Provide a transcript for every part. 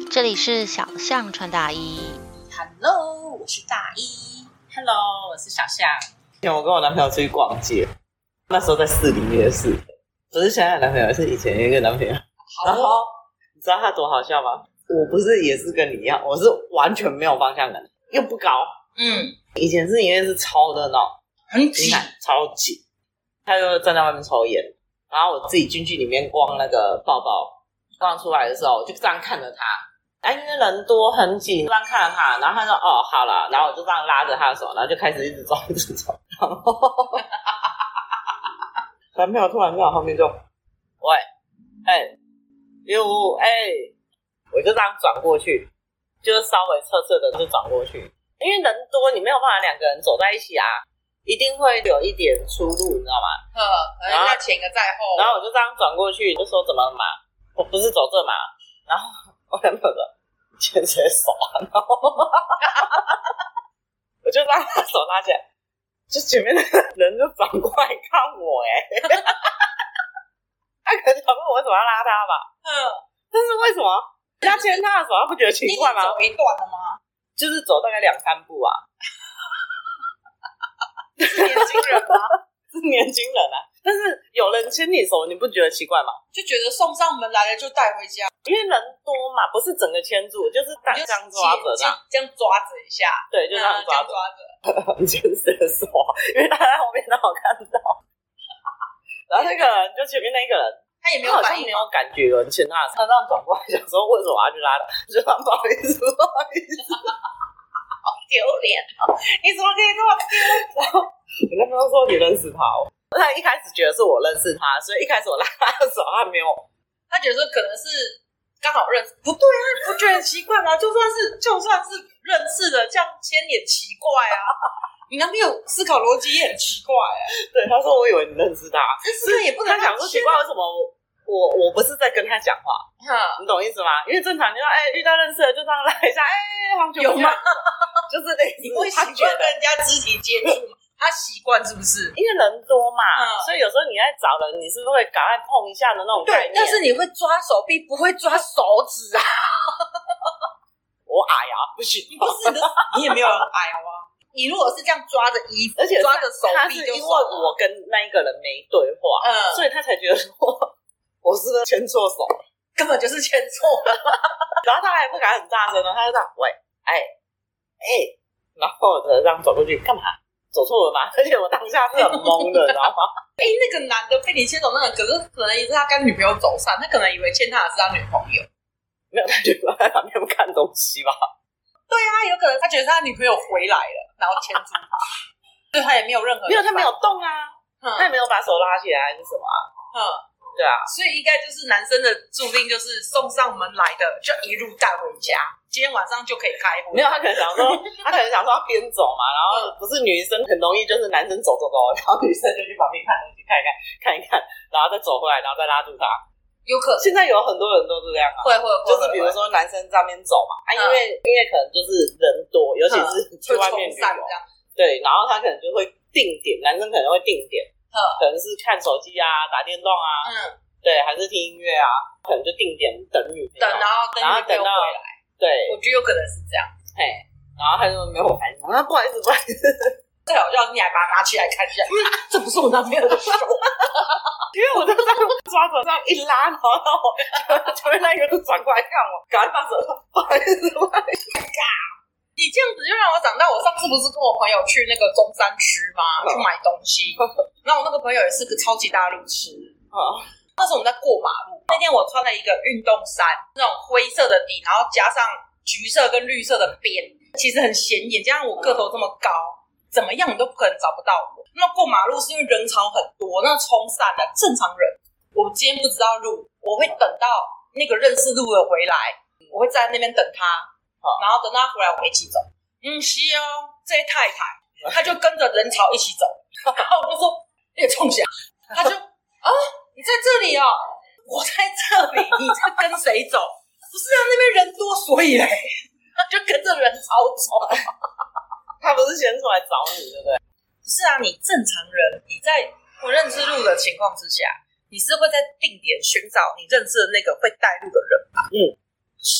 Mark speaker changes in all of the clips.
Speaker 1: 这里是小象穿大衣。
Speaker 2: Hello， 我是大一。Hello， 我是小象。
Speaker 3: 前我跟我男朋友出去逛街，那时候在士林夜市，不是现在的男朋友，是以前一个男朋友。然后你知道他多好笑吗？我不是也是跟你一样，我是完全没有方向感，又不高。以前士林夜市超热闹，
Speaker 2: 很挤，
Speaker 3: 超挤。他就站在外面抽烟，然后我自己进去里面逛那个包包。刚出来的时候，我就这样看着他，因为人多很挤，这样看着他，然后他说：“哦，好了。”然后我就这样拉着他的手，然后就开始一直走，一直走。然后男朋友突然在我后面就：“喂，我就这样转过去，就是稍微侧的就转过去，因为人多，你没有办法两个人走在一起啊。一定会有一点出入，你知道吗？
Speaker 2: 可能要前个在后。
Speaker 3: 然后我就这样转过去，就说怎么了嘛？我不是走这嘛？然后我男朋友说牵谁手啊？然后我就让他手拉起来，就前面的人就转过来看我，他可能想问我为什么要拉他吧？但是为什么要牵他的手？他不觉得奇怪吗？
Speaker 2: 你走一段了吗？
Speaker 3: 就是走大概2-3步啊。
Speaker 2: 是年轻人吗？
Speaker 3: 是年轻人啊，但是有人牵你手，你不觉得奇怪吗？
Speaker 2: 就觉得送上门来了就带回家，
Speaker 3: 因为人多嘛，不是整个牵住，就是这样抓着的，
Speaker 2: 这样抓着一下，
Speaker 3: 对，就这样抓着。你牵谁的手？因为他在后面让我看到，然后那个人就前面那个人，
Speaker 2: 他也没有反应，
Speaker 3: 没有感觉有人牵他的手，他这样转过来，想说为什么我要去拉他？就说不好意思，不好意思。
Speaker 2: 好丢脸哦！你怎么可以这么丢？
Speaker 3: 然后我男朋友说你认识他哦，他一开始觉得是我认识他，所以一开始我拉他的手，他没有，
Speaker 2: 他觉得说可能是刚好认识，不对啊，不觉得很奇怪吗？就算是认识的，这样牵也奇怪啊。你男朋友思考逻辑也很奇怪
Speaker 3: 对，他说我以为你认识他，
Speaker 2: 是也不能
Speaker 3: 他想说奇怪为什么我不是在跟他讲话，你懂意思吗？因为正常你说遇到认识的就这样来一下，好久
Speaker 2: 有吗？
Speaker 3: 就是类似
Speaker 2: 你会习惯跟人家肢体接触吗？他习惯是不是？
Speaker 3: 因为人多嘛，所以有时候你在找人，你是不是会赶快碰一下的那种概念？
Speaker 2: 对，但是你会抓手臂，不会抓手指啊。
Speaker 3: 我矮啊，不行，
Speaker 2: 不是你也没有很矮好不好？你如果是这样抓着衣服，
Speaker 3: 而且
Speaker 2: 抓着手臂就，
Speaker 3: 因为我跟那一个人没对话，所以他才觉得说我是不是牵错手了，
Speaker 2: 根本就是牵错了。
Speaker 3: 然后他还不敢很大声的，他就这样喂，然后我这样走过去干嘛？走错了吗？而且我当下是很懵的，你知道吗？
Speaker 2: 那个男的被你牵走，那个可能也是他跟女朋友走散，他可能以为牵他的是他女朋友，
Speaker 3: 没有，他觉得在旁边看东西吧？
Speaker 2: 对啊，有可能他觉得他女朋友回来了，然后牵住他，对他也没有任何
Speaker 3: 没有，他没有动啊，他也没有把手拉起来还是什么啊？对啊，
Speaker 2: 所以应该就是男生的注定就是送上门来的，就一路带回家，今天晚上就可以开荤。
Speaker 3: 没有，他可能想说他边走嘛，然后不是女生很容易就是男生走，然后女生就去旁边看东西看一看，然后再走回来，然后再拉住他。
Speaker 2: 有可能，
Speaker 3: 现在有很多人都是这样啊，
Speaker 2: 会，
Speaker 3: 就是比如说男生在那边走嘛，因为可能就是人多，尤其是去外面旅游，对，然后他可能就会定点，男生可能会定点。可能是看手机啊，打电动啊，对，还是听音乐啊，可能就定点等女朋友，
Speaker 2: 然后等到回来，
Speaker 3: 对，
Speaker 2: 我觉得有可能是这样，
Speaker 3: 然后他就没有反应，不好意思，
Speaker 2: 最好叫你还把它拿起来看一下，这不是我男朋友的手，
Speaker 3: 因为我就这样抓着这样一拉，然后前面那个就转过来看我，赶快把手不好意思，
Speaker 2: 你这样子就让我想到，我上次不是跟我朋友去那个中山区吗？去买东西，然后我那个朋友也是个超级大路痴。那时候我们在过马路，那天我穿了一个运动衫，那种灰色的底，然后加上橘色跟绿色的边，其实很显眼。加上我个头这么高，怎么样你都不可能找不到我。那过马路是因为人潮很多，那冲散了正常人。我今天不知道路，我会等到那个认识路的回来，我会在那边等他。然后等他回来，我们一起走。是哦，这些太太，他就跟着人潮一起走。然后我就说：“那个冲下。”他就你在这里哦，我在这里，你在跟谁走？不是啊，那边人多，所以嘞，他就跟着人潮走。
Speaker 3: 他不是先出来找你，对不对？
Speaker 2: 不是啊，你正常人，你在不认识路的情况之下，你是会在定点寻找你认识的那个会带路的人吧？
Speaker 3: 是。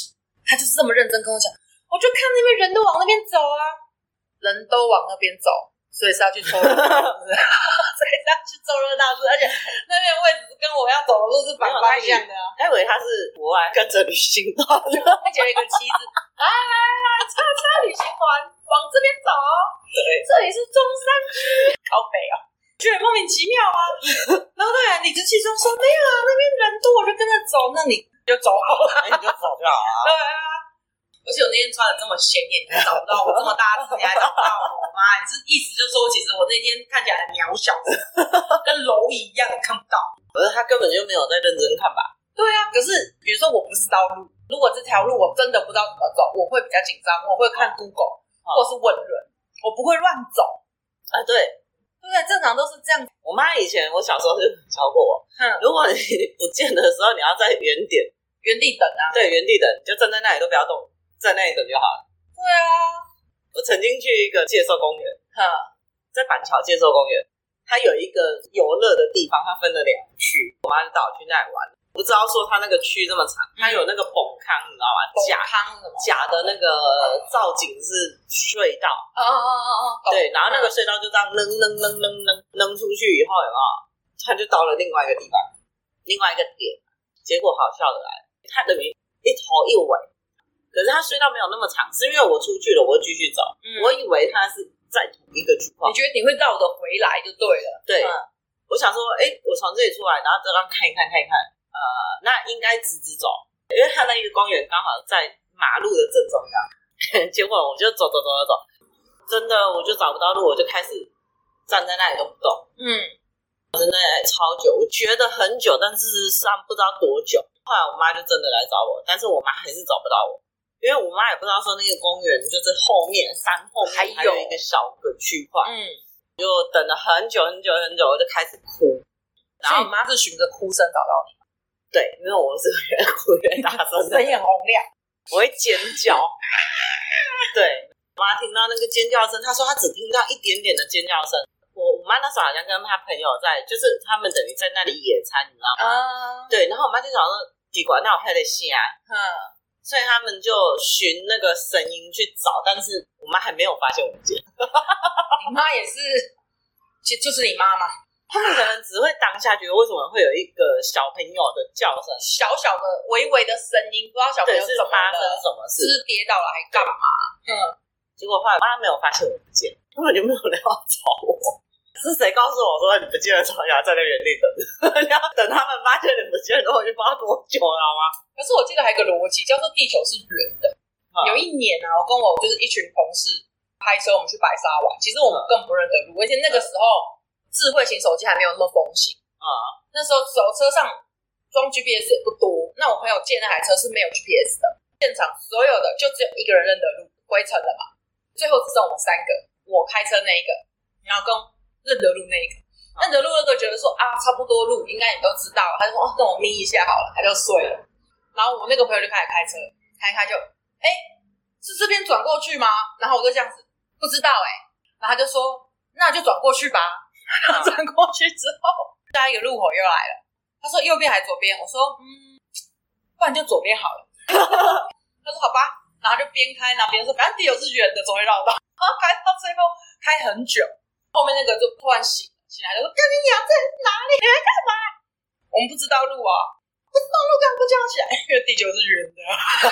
Speaker 2: 他就是这么认真跟我讲，我就看那边人都往那边走啊，人都往那边走，所以是要去凑热闹，所以是要去凑热闹，而且那边位置跟我要走的路是反方向的啊。
Speaker 3: 他以为他是国外跟着旅行团，
Speaker 2: 他就有一个旗子，来来来，叉旅行团往这边走哦，
Speaker 3: 对，
Speaker 2: 这里是中山区，靠北哦。觉得莫名其妙啊，然后当然理直气壮说没有啊，那边人多我就跟着走，那你就走好了，
Speaker 3: 你就走就好啊。
Speaker 2: 对啊，而且我那天穿的这么显眼，你还找不到我这么大只，你还找不到我吗？你是意思就是说，其实我那天看起来很渺小，跟蝼蚁一样，你看不到。
Speaker 3: 可是他根本就没有在认真看吧？
Speaker 2: 对啊，可是比如说我不知道路，如果这条路我真的不知道怎么走，我会比较紧张，我会看 Google 或是问人，我不会乱走
Speaker 3: 啊。对。
Speaker 2: 对，正常都是这样。
Speaker 3: 我妈以前我小时候就教过我，如果你不见的时候，你要在原
Speaker 2: 地等啊。
Speaker 3: 对，原地等，就站在那里都不要动，在那里等就好了。
Speaker 2: 对啊，
Speaker 3: 我曾经去一个介寿公园，在板桥介寿公园，它有一个游乐的地方，它分了2区，我妈就带我去那里玩。不知道说它那个区这么长，它有那个崩坑，你知道吗？假的那个造景是隧道。对，然后那个隧道就这样扔出去以后，有没有？它就到了另外一个地方，另外一个点。结果好笑的来，它等于一头一尾，可是它隧道没有那么长，是因为我出去了，我会继续走。我以为它是在同一个区块。
Speaker 2: 你觉得你会绕着回来就对了。
Speaker 3: 对，我想说，我从这里出来，然后这样看一看。那应该直走，因为他那一个公园刚好在马路的正中央。结果我就走，真的我就找不到路，我就开始站在那里都不动。我在那里超久，我觉得很久，但事实上不知道多久。后来我妈就真的来找我，但是我妈还是找不到我，因为我妈也不知道说那个公园就是后面山后面还有一个小的区块。就等了很久，我就开始哭。
Speaker 2: 然后你妈是循着哭声找到你。
Speaker 3: 对，因为我是越哭越大声的，
Speaker 2: 声音很洪亮，
Speaker 3: 我会尖叫。对，我妈听到那个尖叫声，她说她只听到一点点的尖叫声。我妈那时候好像跟她朋友在，就是他们等于在那里野餐，你知道吗？对，然后我妈就想说，奇怪，那我还得下，所以他们就循那个声音去找，但是我妈还没有发现我们见。
Speaker 2: 你妈也是，就是你妈妈。
Speaker 3: 他们可能只会当下觉得为什么会有一个小朋友的叫声，
Speaker 2: 小小的微微的声音，不知道小朋友
Speaker 3: 是发生什么事，
Speaker 2: 是跌倒了还干嘛？
Speaker 3: 结果后来妈没有发现我不见，根本就没有人要找我。是谁告诉我说你不见了，从小在那原地等？你要等他们发现你不见了，我就不知道多久了吗？
Speaker 2: 可是我记得还有一个逻辑，叫做地球是圆的。有一年啊，我跟我就是一群同事开车，我们去白沙湾，其实我们更不认得路，而且那个时候智慧型手机还没有那么风行那时候手车上装 GPS 也不多，那我朋友借那台车是没有 GPS 的，现场所有的就只有一个人认得路，回程了嘛，最后只剩我们3个，我开车那一个，然后跟认得路那一个，认得路那个觉得说差不多路应该你都知道了，他就说跟我眯一下好了，他就睡了，然后我那个朋友就开始开车，开就是这边转过去吗？然后我就这样子不知道然后他就说那就转过去吧。然后转过去之后，下一个路口又来了。他说右边还是左边？我说不然就左边好了。他说好吧，然后就边开，然后别人说反正地球是圆的，总会绕到。然后开到最后开很久，后面那个就突然醒来就说：“干你娘，这是哪里？你在干嘛？”我们不知道路啊，不知道路干嘛不叫起来？因为地球是圆的。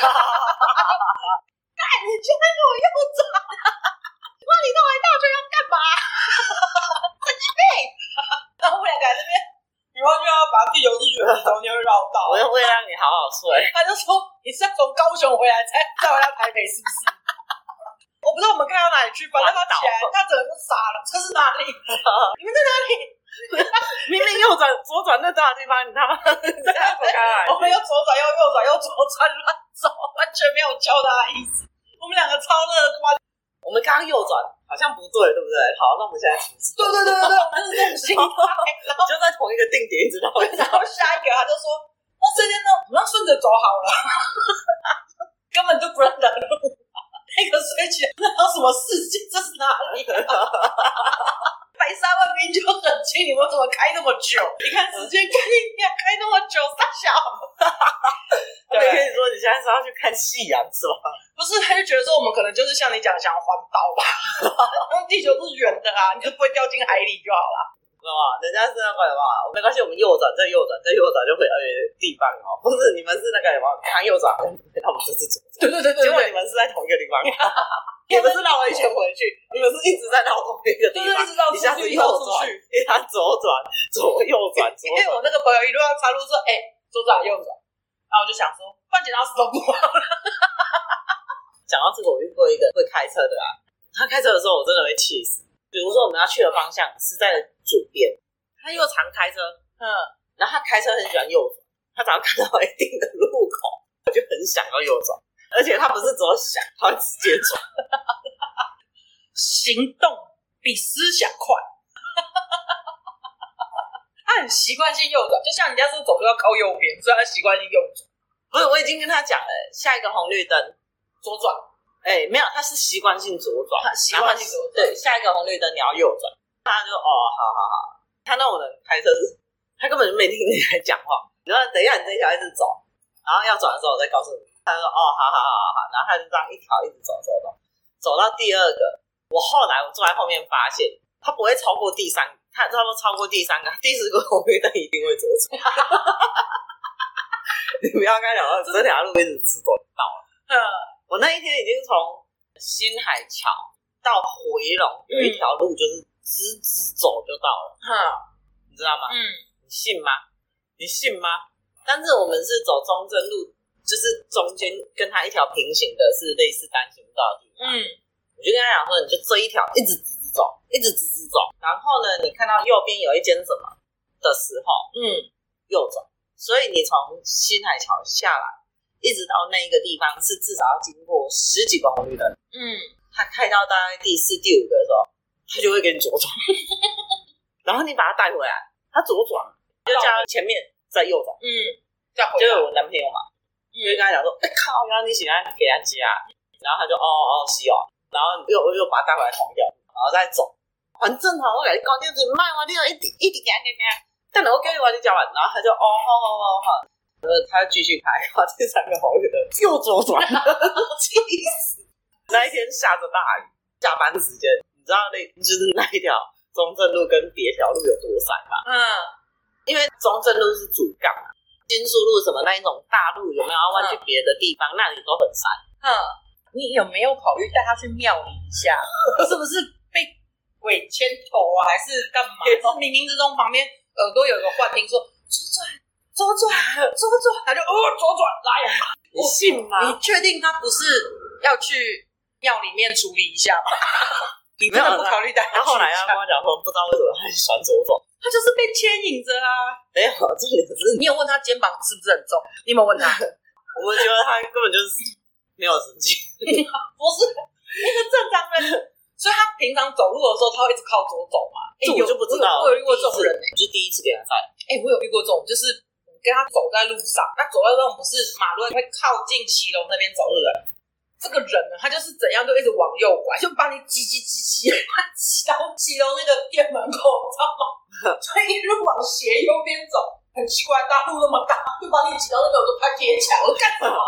Speaker 2: 干你居然给我右转！哇，你到来大学要干嘛？然后我们2个在那边，然后就要把地球是圆的，中间会绕道。
Speaker 3: 我又会让你好好睡。
Speaker 2: 他就说你是要从高雄回来再回到台北是不是？我不知道我们开到哪里去，反正他起来，他整个就傻了。这是哪里？你们在哪里？
Speaker 3: 明明右转左转那大地方，你他妈这样走开来。
Speaker 2: 我们又左转又右转又左转乱走，完全没有教他的意思。我们2个超乐观。
Speaker 3: 我们刚刚右转好像不对，对不对？好，那我们现在出事。
Speaker 2: 对，我们是这种心态。然后
Speaker 3: 你就在同一个定点一直绕。
Speaker 2: 然后下一个他就说：“那这边呢？我们要顺着走好了。”根本就不认得路。那个睡起来，那有什么世界？这是哪里？白沙湾明明就很近，你们怎么开那么久？你看时间，开那么久，傻小。对，
Speaker 3: 我跟你说，你现在是要去看夕阳是吧？
Speaker 2: 不是，他就觉得说我们可能就是像你讲的想要环岛吧，地球是圆的啊，你就不会掉进海里就好了。
Speaker 3: 知道吗？人家是那个什么，没关系，我们右转，再右转，再右转就回到原地方哦。不是，你们是那个什么，刚右转，那我们这是左转。
Speaker 2: 对，
Speaker 3: 结果你们是在同一个地方，你们是绕了一圈回去，你们是一直在绕同一个地方，一下子右转，一下左转，左右转，左。
Speaker 2: 因为我那个朋友一路要插入说，左转右转，然后我就想说，换剪刀石头布好了。
Speaker 3: 讲到这个，我遇过一个会开车的啊，他开车的时候我真的会气死。比如说我们要去的方向是在左边，他又常开车，然后他开车很喜欢右转，他只要看到一定的路口，我就很想要右转，而且他不是只有想，他会直接转，
Speaker 2: 行动比思想快。他很习惯性右转，就像人家是走路要靠右边，所以他习惯性右转。
Speaker 3: 不是，我已经跟他讲了，下一个红绿灯
Speaker 2: 左转。
Speaker 3: 没有，他是习惯性左转，
Speaker 2: 习惯性左转。
Speaker 3: 对，下一个红绿灯你要右转，他就好。他那种人开车是，他根本就没听你在讲话。然后等一下你这一条一直走，然后要转的时候我再告诉你。他就说好，然后他就这样一条一直走，走到第二个。我后来我坐在后面发现，他不会超过第三个，他差不多超过第三个，第四个红绿灯一定会左转。你不要跟他讲说这条路一直直走到了。我那一天已经从新海桥到回龙有一条路就是直走就到了，你知道吗？你信吗？但是我们是走中正路，就是中间跟他一条平行的是类似单行道的地方。我就跟他讲说，你就这一条一直直走，然后呢，你看到右边有一间什么的时候，右转。所以你从新海桥下来，一直到那一个地方是至少要经过10几个红绿灯。他开到大概第4、第5个的时候，他就会给你左转，然后你把他带回来，他左转，就叫他前面再右转。就是我男朋友嘛，就跟他讲说，靠，原来你喜欢给他加，然后他就是哦，然后又把他带回来同一条，然后再走。反正我跟你讲，就是卖我，你要一直给他。但我跟你完就讲完，然后他就好，他就继续开，然后第3个红绿灯又左转，气死！那一天下着大雨，下班时间，你知道就是那一条中正路跟别条路有多塞吗？因为中正路是主干嘛，新宿路什么那一种大路有没有要弯去别的地方，那里都很塞。
Speaker 2: 你有没有考虑带他去庙里一下？是不是被鬼牵头啊，还是干嘛？是冥冥之中旁边耳朵有一个幻听说左转，他就左转来。
Speaker 3: 你信吗？
Speaker 2: 你确定他不是要去庙里面处理一下吗？你真的不考虑带他去一下？
Speaker 3: 他后来要跟我讲说，不知道为什么他喜欢左转，
Speaker 2: 他就是被牵引着啊。
Speaker 3: 没有，重点是
Speaker 2: 你有问他肩膀是不是很重？你有没有问他？
Speaker 3: 我们觉得他根本就是没有神经。
Speaker 2: 不是，那个正常人。所以他平常走路的时候，他会一直靠左走嘛？
Speaker 3: 这我就不知道。
Speaker 2: 我有遇过这种人
Speaker 3: 我是第一次给他看。
Speaker 2: 我有遇过这种，就是跟他走在路上，那走在那种不是马路会靠近骑楼那边走的人，这个人呢，他就是怎样就一直往右拐，就把你挤到骑楼那个店门口，你知道吗？所以一路往斜右边走，很奇怪，大路那么大，就把你挤到那个我都快贴墙了，干什么？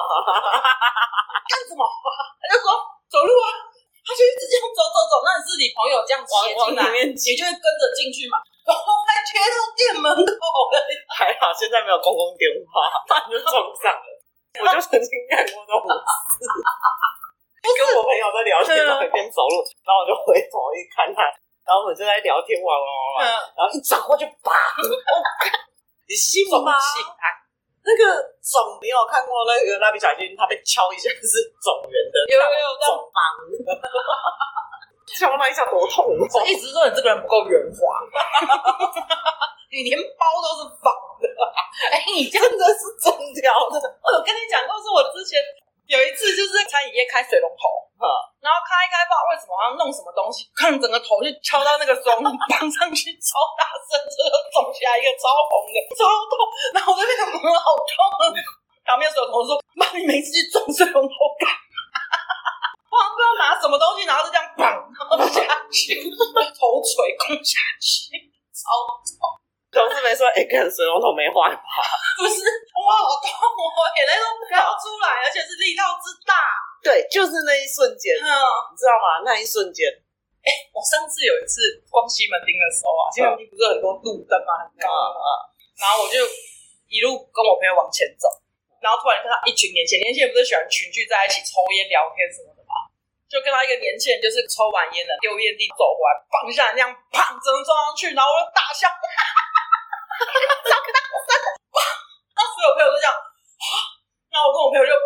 Speaker 2: 他就说走路啊。他就一直这样走，那你是你朋友这样斜进来，你就会跟着进去嘛。然后还贴到店门口了。
Speaker 3: 还好现在没有公共电话，不然就撞上了。我就曾经干过这种事，跟我朋友在聊天，然后一边走路，然后我就回头一看他，然后我们就在聊天玩，然后一转过去，你信吗？那个肿，你有看过那个蜡笔小新，他被敲一下是肿圆的，
Speaker 2: 有
Speaker 3: 肿方的，敲那一下多痛！
Speaker 2: 所以一直说你这个人不够圆滑，你连包都是方的。你真的是真挑的。我跟你讲过，是我之前有一次就是餐饮业开水龙头，然后开不知道为什么好像弄什么东西，看整个头就敲到那个水龙头绑上去，超大声，就肿起来一个超红的，超痛。然后我就变得好痛。旁边水龙头说：“妈，你每次去撞水龙头干嘛？”我好像不知道拿什么东西，然后就这样绑，然后下去，头锤攻下去，超痛。
Speaker 3: 同事没说，看水龙头没坏吧？
Speaker 2: 不是，哇，好痛哦，眼泪都飘出来，而且是力道之大。
Speaker 3: 对，就是那一瞬间，你知道吗？那一瞬间。
Speaker 2: 我上次有一次逛西门町的时候啊，西门町不是很多路灯嘛，很高然后我就一路跟我朋友往前走，然后突然看到一群年轻人不是喜欢群聚在一起抽烟聊天什么的吗？就看到一个年轻人就是抽完烟了，丢烟蒂走回来，放下来那样，砰，整个撞上去，然后我就大笑，然后所有朋友都这样，然后我跟我朋友就，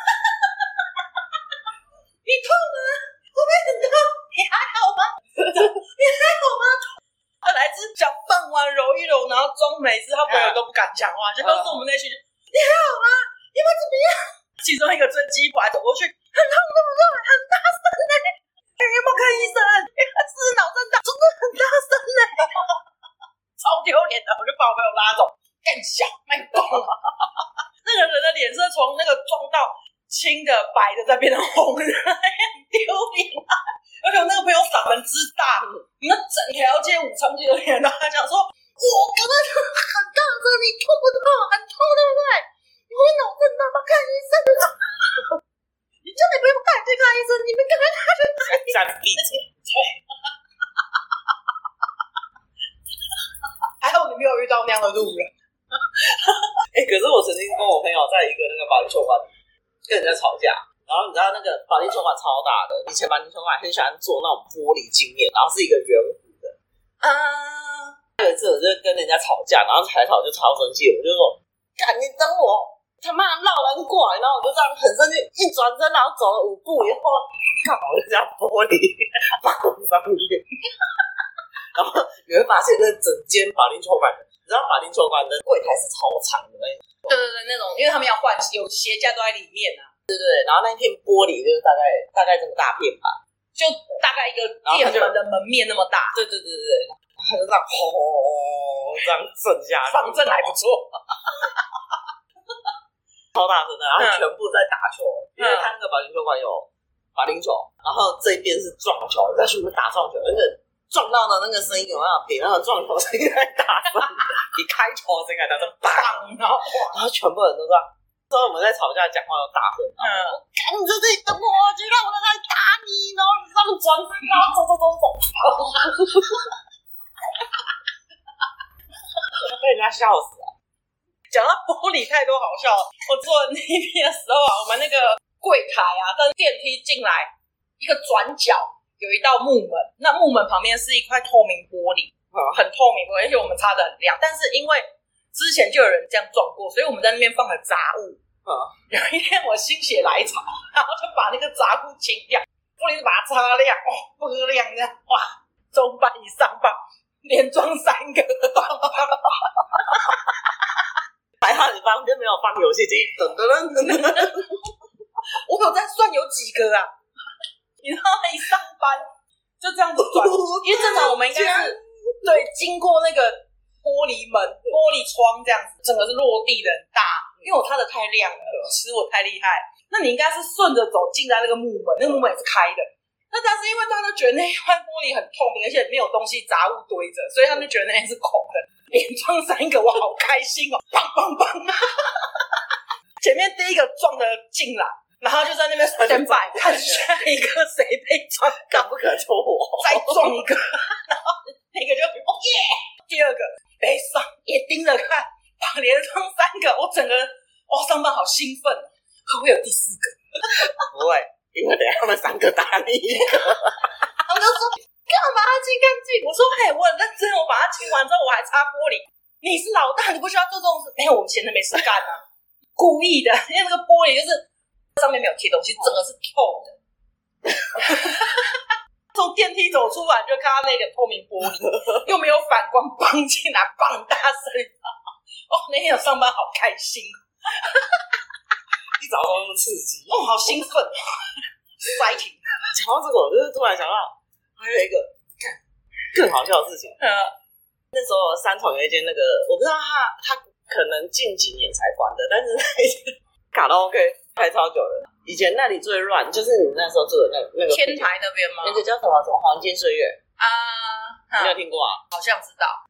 Speaker 2: 你痛吗？我没很痛，你还好吗？你还好吗？他来自讲放完揉一揉，然后装没事，他朋友都不敢讲话，就告诉我们那群就你还好吗？你们怎么样？其中一个最鸡巴走过去，很痛对不对？很大声你有没有看医生？是脑震荡，真的很大声超丢脸的，我就把我朋友拉走，更小卖爆了。那个人的脸色从那个撞到青的、白的，再变成红的，很丢脸啊！而且我那个朋友嗓门之大，你们整条街武昌街的人都在讲说，我刚刚很大声，你痛不痛？很痛对不对？你会脑震荡吗？看医生啊！你叫你不用带去看医生，你们赶快带去看医生。闭嘴！还好你没有遇到那样的路人。
Speaker 3: 可是我曾经跟我朋友在一个那个保龄球馆跟人家吵架，然后你知道那个保龄球馆超大的，以前保龄球馆很喜欢做那种玻璃镜面，然后是一个圆弧的。有一次我就跟人家吵架，然后吵就超生气，我就说：“干你等我！他妈绕人过来！”然后我就这样很生气，一转身，然后走了5步以后，靠人家玻璃放上去。然后你会发现，那整间保龄球馆的，你知道保龄球馆的柜台是超长的那种。
Speaker 2: 对，那种，因为他们要换有鞋架都在里面啊。
Speaker 3: 对，然后那一片玻璃就是大概这么大片吧，
Speaker 2: 就大概一个店门的门面那么大。
Speaker 3: 对，他就这样轰这样震下去，
Speaker 2: 防震还不错，
Speaker 3: 超大声的，然后全部在打球，因为他那个保龄球馆有保龄球，然后这边是撞球，在全部打撞球，那个撞到的那个声音有没有比那个撞球声音还大声？比开球声音还大声，砰！然后全部人都这样。之后我们在吵架讲话又大声，看你在这里等我，就让我在那里打你，然后你这样转身，然后走，被人家笑死了。
Speaker 2: 讲到玻璃太多好笑了，我坐那边的时候啊，我们那个柜台啊，但电梯进来一个转角有一道木门，那木门旁边是一块透明玻璃，很透明玻璃，而且我们擦得很亮，但是因为之前就有人这样撞过，所以我们在那边放了杂物。有一天我心血来潮，然后就把那个杂物清掉，玻璃就把它擦亮，不亮这样，哇，中班以上吧，连装3个。
Speaker 3: 还好你旁边没有放游戏机，噔，
Speaker 2: 我有在算有几个啊？你知道一上班就这样子转，因为正常我们应该是对经过那个玻璃门、玻璃窗这样子，整个是落地的很大，因为我擦的太亮了，其实我太厉害。那你应该是顺着走进在那个木门，那个木门也是开的。那但是因为大家都觉得那一块玻璃很透明，而且没有东西杂物堆着，所以他们就觉得那边是空的。连撞3个，我好开心哦！砰砰砰！前面第一个撞的进来，然后就在那边standby，看下一个谁被撞到，
Speaker 3: 不可戳我，
Speaker 2: 再撞一个，然后那个就耶，第二个被上也盯着看，连撞3个，我整个上班好兴奋，会不会有第4个？
Speaker 3: 不会，因为等一下他们3个打你一个，
Speaker 2: 他们就说。干嘛清干净？我说我很认真，我把它清完之后我还擦玻璃。你是老大，你不需要做这种事。没有，我们闲着没事干啊，故意的，因为那个玻璃就是上面没有贴东西，整个是透的。从电梯走出来就看到那个透明玻璃，又没有反光，绑进来，绑大声。那天有上班好开心，
Speaker 3: 一早都那么刺激，
Speaker 2: 好兴奋，exciting。
Speaker 3: 讲到这个，我就是突然想到。还有一个更好笑的事情，那时候3重有一间那个，我不知道他可能近几年才关的，但是那一间卡拉 OK 开超久了。以前那里最乱，就是你那时候住的那个
Speaker 2: 天台那边吗？
Speaker 3: 那个叫什么黄金岁月啊？你有听过啊？
Speaker 2: 好像知道。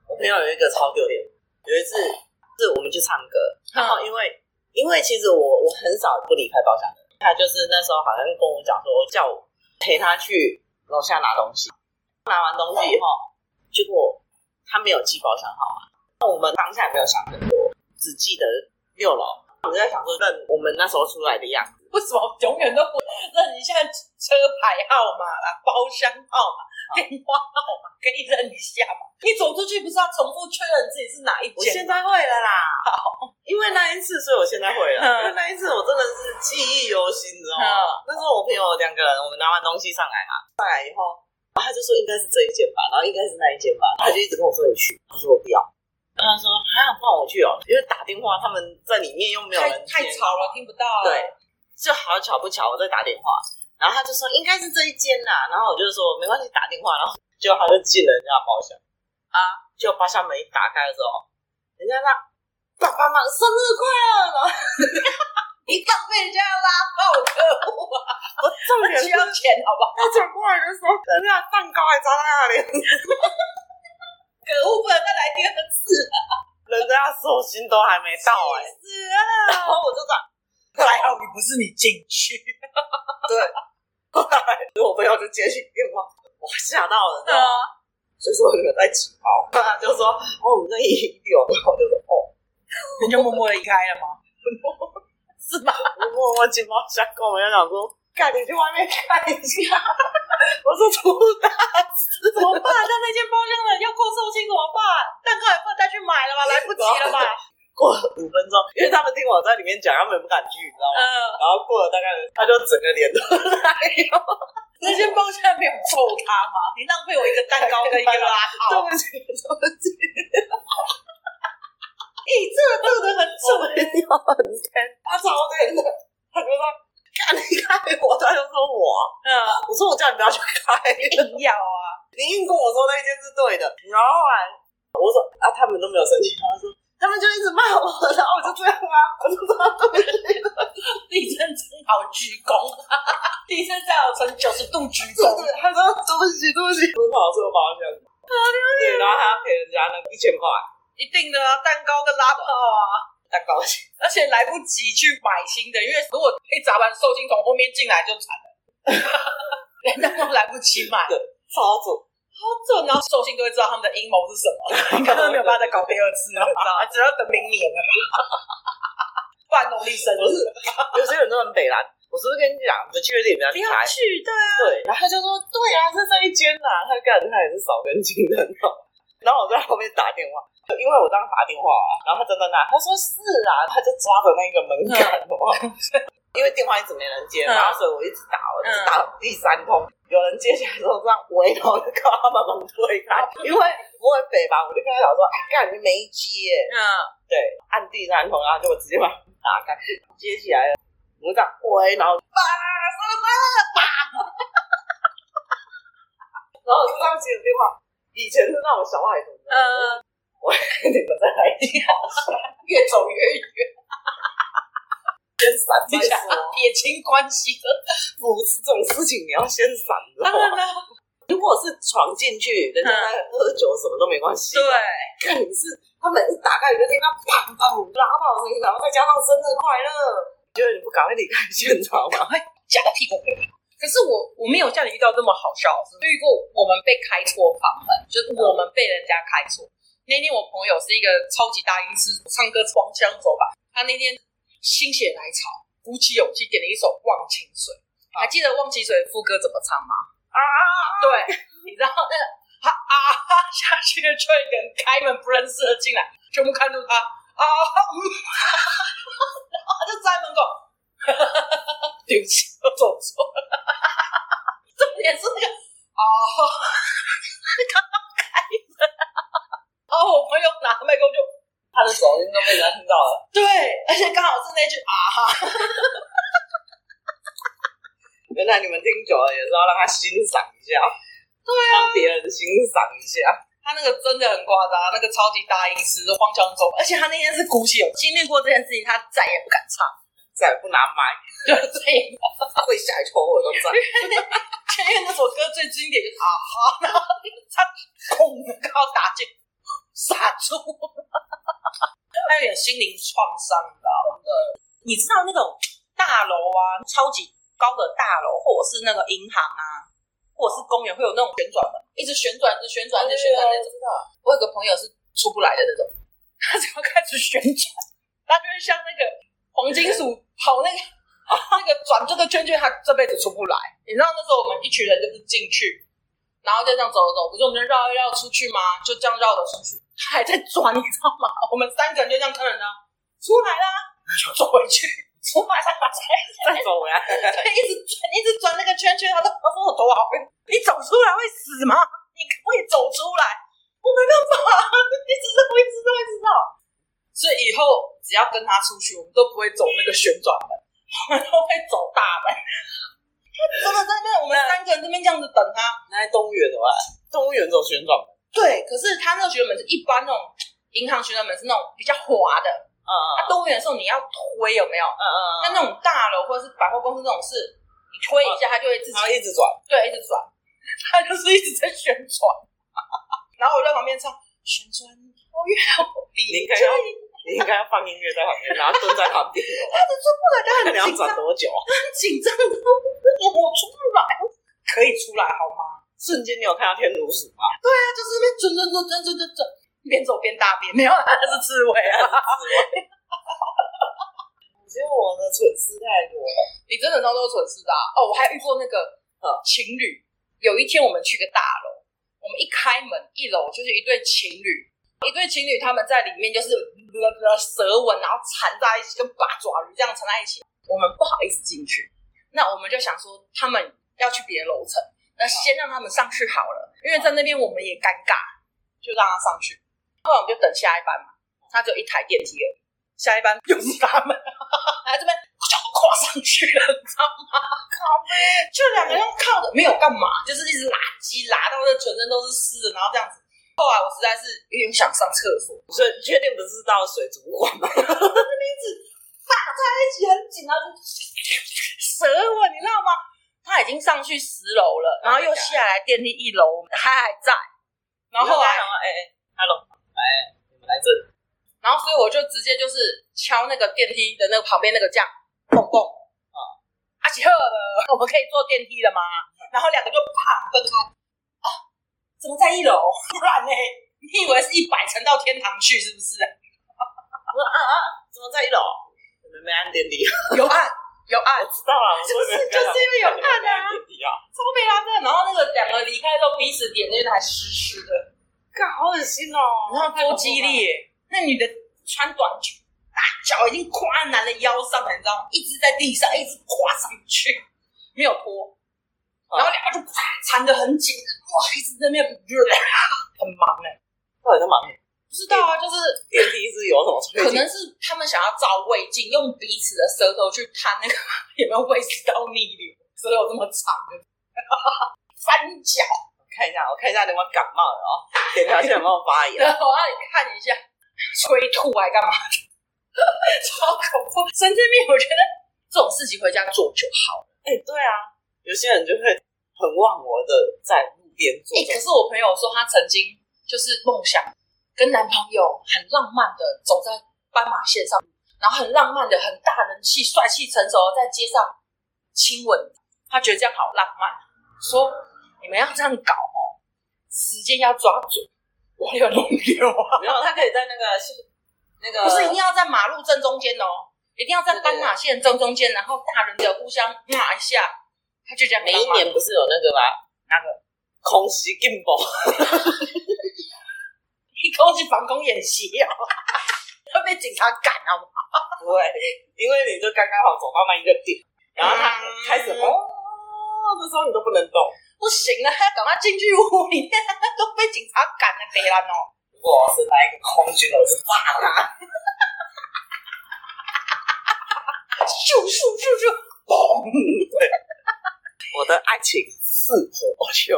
Speaker 3: 我朋友有一个超丢脸，有一次是我们去唱歌，然后因为其实我很少不离开包厢的，他就是那时候好像跟我讲说叫我陪他去楼下拿东西，拿完东西以后，结果他没有记包厢号码，那我们当下也没有想很多，只记得6楼，我们在想说认我们那时候出来的样子，
Speaker 2: 为什么永远都不认一下车牌号码啦、包厢号码、电话号码，可以认一下嘛？你走出去不是要重复确认自己是哪一间？
Speaker 3: 我现在会了啦，因为那一次，所以我现在会了。因为那一次我真的是记忆犹新，你知道吗？那时候我朋友2个人，我们拿完东西上来嘛，上来以后，他就说应该是这一间吧，然后应该是那一间吧，他就一直跟我说你去，他说我不要。他说还好不然我去哦，因为打电话他们在里面又没有人接，
Speaker 2: 太吵了，听不到。
Speaker 3: 对，就好巧不巧我在打电话，然后他就说应该是这一间啦，然后我就说没关系打电话，然后结果他就进了人家的包厢啊，结果包厢门一打开的时候，人家那爸爸妈生日快乐，然后
Speaker 2: 一旦被人家拉爆客户啊！
Speaker 3: 我重点
Speaker 2: 需要钱好不好？
Speaker 3: 他转过来的时候，人家蛋糕还扎在那里。
Speaker 2: 可恶，不能再来第二次了。
Speaker 3: 人家寿星都还没到
Speaker 2: 死了！
Speaker 3: 然后我就这样，
Speaker 2: 还好你不是你进去。
Speaker 3: 对，后来我朋友就接起电话，我吓到了，就说你们在几号？他就说我们在116，然后我就说
Speaker 2: 你就默默的离开了吗？是吗？
Speaker 3: 我默默进包厢，跟我们讲说。赶紧去外面看一下，我说出大事
Speaker 2: 怎么办？但那间包厢的人要过寿星怎么办？蛋糕也不能再去买了吧？来不及了吧？
Speaker 3: 过了5分钟，因为他们听我在里面讲，他们也不敢去，你知道吗？然后过了大概，他就整个脸都来了。
Speaker 2: 那间包厢没有揍他吗？你浪费我一个蛋糕跟一个拉套。
Speaker 3: 对不起，对不起。
Speaker 2: 这个真的很准，
Speaker 3: 很甜，他超甜的，他就说。看你开我，他就说我，我说我叫你不要去开，
Speaker 2: 硬要啊！
Speaker 3: 你硬跟我说那一件是对的，然后后来我说啊，他们都没有生气，他说他们就一直骂我，然后我就这样啊，我就说对不起，
Speaker 2: 地震真好鞠躬，地震再有成90度鞠躬，
Speaker 3: 他说对不起，对不起，我跑这个包厢，对，然后他要赔人家那1000块，
Speaker 2: 一定的啊，蛋糕跟拉炮啊。
Speaker 3: 蛋糕钱，
Speaker 2: 而且来不及去买新的，因为如果被砸完寿星从后面进来就惨了，连蛋糕来不及买，
Speaker 3: 超准，
Speaker 2: 好准！然后寿星都会知道他们的阴谋是什么，根本没有办法再搞第二次了，你知道吗？只要等明年了，不然农历生日。
Speaker 3: 有些人都很北蓝，我是不是跟你讲，不去有点比较
Speaker 2: 不要去，对啊，
Speaker 3: 对，然后他就说，对啊，是这一间啊，他干他也是少根筋的，然后我在后面打电话。因为我刚打电话然后他真的他说是啊，他就抓着那个门槛因为电话一直没人接，然后所以我一直打，我一直打第3通，有人接起来之后这样围，然后就靠他们门推开，因为我很北吧，我就跟他讲说，干你没接，对，按第3通，然后就我直接把门打开，接起来了，我就这样围，然后什么然后我就这样接了电话，以前是那种小孩童，我你们再来一条，
Speaker 2: 越走越远，
Speaker 3: 先闪再说，
Speaker 2: 撇清关系的，
Speaker 3: 不是这种事情，你要先闪的。
Speaker 2: 当然了，
Speaker 3: 如果是闯进去，人家在喝酒什么都没关系。
Speaker 2: 对，
Speaker 3: 可是他门一打开，你就听到砰砰拉爆声音，然后再加上生日快乐，觉得你不赶快离开现场吗？
Speaker 2: 赶快夹屁股。可是我没有像你遇到这么好笑的事，遇过我们被开错房门，就是我们被人家开错。那天我朋友是一个超级大音师，唱歌荒腔走板。他那天心血来潮，鼓起勇气点了一首《忘情水》。还记得《忘情水》的副歌怎么唱吗？对，你知道那个下去了，就一个人开门不认识的进来，全部看住他然后他就站在门口，对不起，我走错了。重点是那个刚刚开门。然后我朋友拿麦克风就，
Speaker 3: 他的手音都被人家听到了。
Speaker 2: 对，而且刚好是那句
Speaker 3: 原来你们听久了也是要让他欣赏一下，
Speaker 2: 对啊，
Speaker 3: 让别人欣赏一下。
Speaker 2: 他那个真的很夸张，那个超级大音师荒腔走板，而且他那天是鼓起勇气，经历过这件事情，他再也不敢唱，
Speaker 3: 再也不拿麦，
Speaker 2: 对，再也
Speaker 3: 会下一抽我都在。
Speaker 2: 前面那首歌最经典就是然后唱空高打进。 傻猪，他有点心灵创伤，你知道吗？你知道那种大楼啊，超级高的大楼，或者是那个银行啊，或者是公园会有那种旋转门，一直旋转，一直旋转，一直旋转那种。我有个朋友是出不来的那种，他只要开始旋转，他就会像那个黄金鼠跑那个转这个圈圈，他这辈子出不来。你知道那时候我们一群人就是进去。然后就这样走，不是我们就绕一绕出去吗？就这样绕着出去，他还在转，你知道吗？我们3个人就这样看着他，出来啦，走回去，出来啦，
Speaker 3: 再走回来，
Speaker 2: 对，一直转那个圈圈。他说我头好晕，你走出来会死吗？你可不可以走出来？我没办法，一直绕。所以以后只要跟他出去，我们都不会走那个旋转门，我们都会走大门。真的在那，我们3个人这边这样子等他。
Speaker 3: 那在动物园的话，动物园走旋转门。
Speaker 2: 对，可是他那个旋转门是一般那种银行旋转门是那种比较滑的，动物园的时候你要推，有没有？那那种大楼或者是百货公司那种是，你推一下它就会自己
Speaker 3: 一直转，
Speaker 2: 对，一直转，它就是一直在旋转。然后我在旁边唱旋转，好远好离。
Speaker 3: 你应该要放音乐在旁边，然后蹲在旁边。
Speaker 2: 他就出不来，他很紧张。
Speaker 3: 你要转多久？
Speaker 2: 他很紧张，我出不来，可以出来好吗？
Speaker 3: 瞬间你有看到天竺鼠吗？
Speaker 2: 对啊，就是那边转，边走边大便，没有，那是刺猬啊。
Speaker 3: 我觉得我的蠢事太多了。
Speaker 2: 你真的超多蠢事的哦！我还遇过那个情侣，有一天我们去个大楼，我们一开门，1楼就是一对情侣。他们在里面就是舌吻，然后缠在一起，跟八爪鱼这样缠在一起。我们不好意思进去，那我们就想说他们要去别的楼层，那先让他们上去好了，因为在那边我们也尴尬，就让他上去。后来我们就等下一班嘛，他只有1台电梯而已，下一班又是他们，来这边就跨上去了，你知道吗？靠呗，就2个人靠着，没有干嘛，就是一直拉鸡，拉到这全身都是湿的，然后这样子。后来我实在是有点想上厕所，
Speaker 3: 所以确定不是到水族馆吗？
Speaker 2: 那边一直搭在一起很紧，然后就舌吻，你知道吗？他已经上去10楼了，然后又下来电梯1楼，他还在。然后后来
Speaker 3: ，Hello， 你们来这里。
Speaker 2: 然后所以我就直接就是敲那个电梯的那个旁边那个这样，蹦蹦。阿奇赫了，我们可以坐电梯了吗？然后2个就啪分开。怎么在1楼？不然呢？你以为是100层到天堂去是不是？
Speaker 3: 怎么在1楼？你们没按电梯？
Speaker 2: 有按，
Speaker 3: 我知道了，
Speaker 2: 就是因为有按啊，超没按的。然后那个2个离开的时候，彼此点那边还湿湿的，
Speaker 3: 干好恶心哦！
Speaker 2: 然后多激烈，那女的穿短裙，脚已经跨在男的腰上了，你知道吗？一直在地上，一直跨上去，没有脱。然后2个就缠得很紧，哇，一直在那边很忙
Speaker 3: 到底在忙？
Speaker 2: 不知道啊，就是
Speaker 3: 电梯是有什么催？
Speaker 2: 可能是他们想要照胃镜，用彼此的舌头去探那个有没有胃食道逆流，舌头这么长的翻脚。
Speaker 3: 我看一下你有没有感冒了哦，检查一下有没有发炎。
Speaker 2: 然后我让你看一下，催吐还干嘛的，超恐怖，神经病！我觉得这种事情回家做就好了。
Speaker 3: 对啊。有些人就会很忘我的在路边做。
Speaker 2: 可是我朋友说他曾经就是梦想跟男朋友很浪漫的走在斑马线上，然后很浪漫的、很大人气、帅气成熟的在街上亲吻，他觉得这样好浪漫。说你们要这样搞时间要抓准，我有弄丢啊。
Speaker 3: 没有，他可以在那个
Speaker 2: 不是一定要在马路正中间一定要在斑马线正中间，然后大人的互相骂一下。他就这样。
Speaker 3: 每一年不是有那个吗？
Speaker 2: 哪个？
Speaker 3: 空袭进步，
Speaker 2: 空袭防空演习会被警察赶好不好？
Speaker 3: 不会，因为你就刚刚好走到那一个点，然后他开始这时候你都不能动，
Speaker 2: 不行了，他赶快进去屋里面，都被警察赶了，北兰
Speaker 3: 如果是那一个空军，我是炸他，
Speaker 2: 咻，嘣！
Speaker 3: 对。我的爱情是火球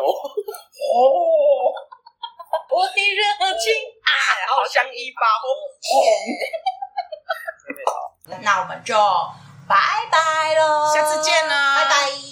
Speaker 2: 我的热情好像一把火。那我们就拜拜喽， 下次见啦， 拜拜。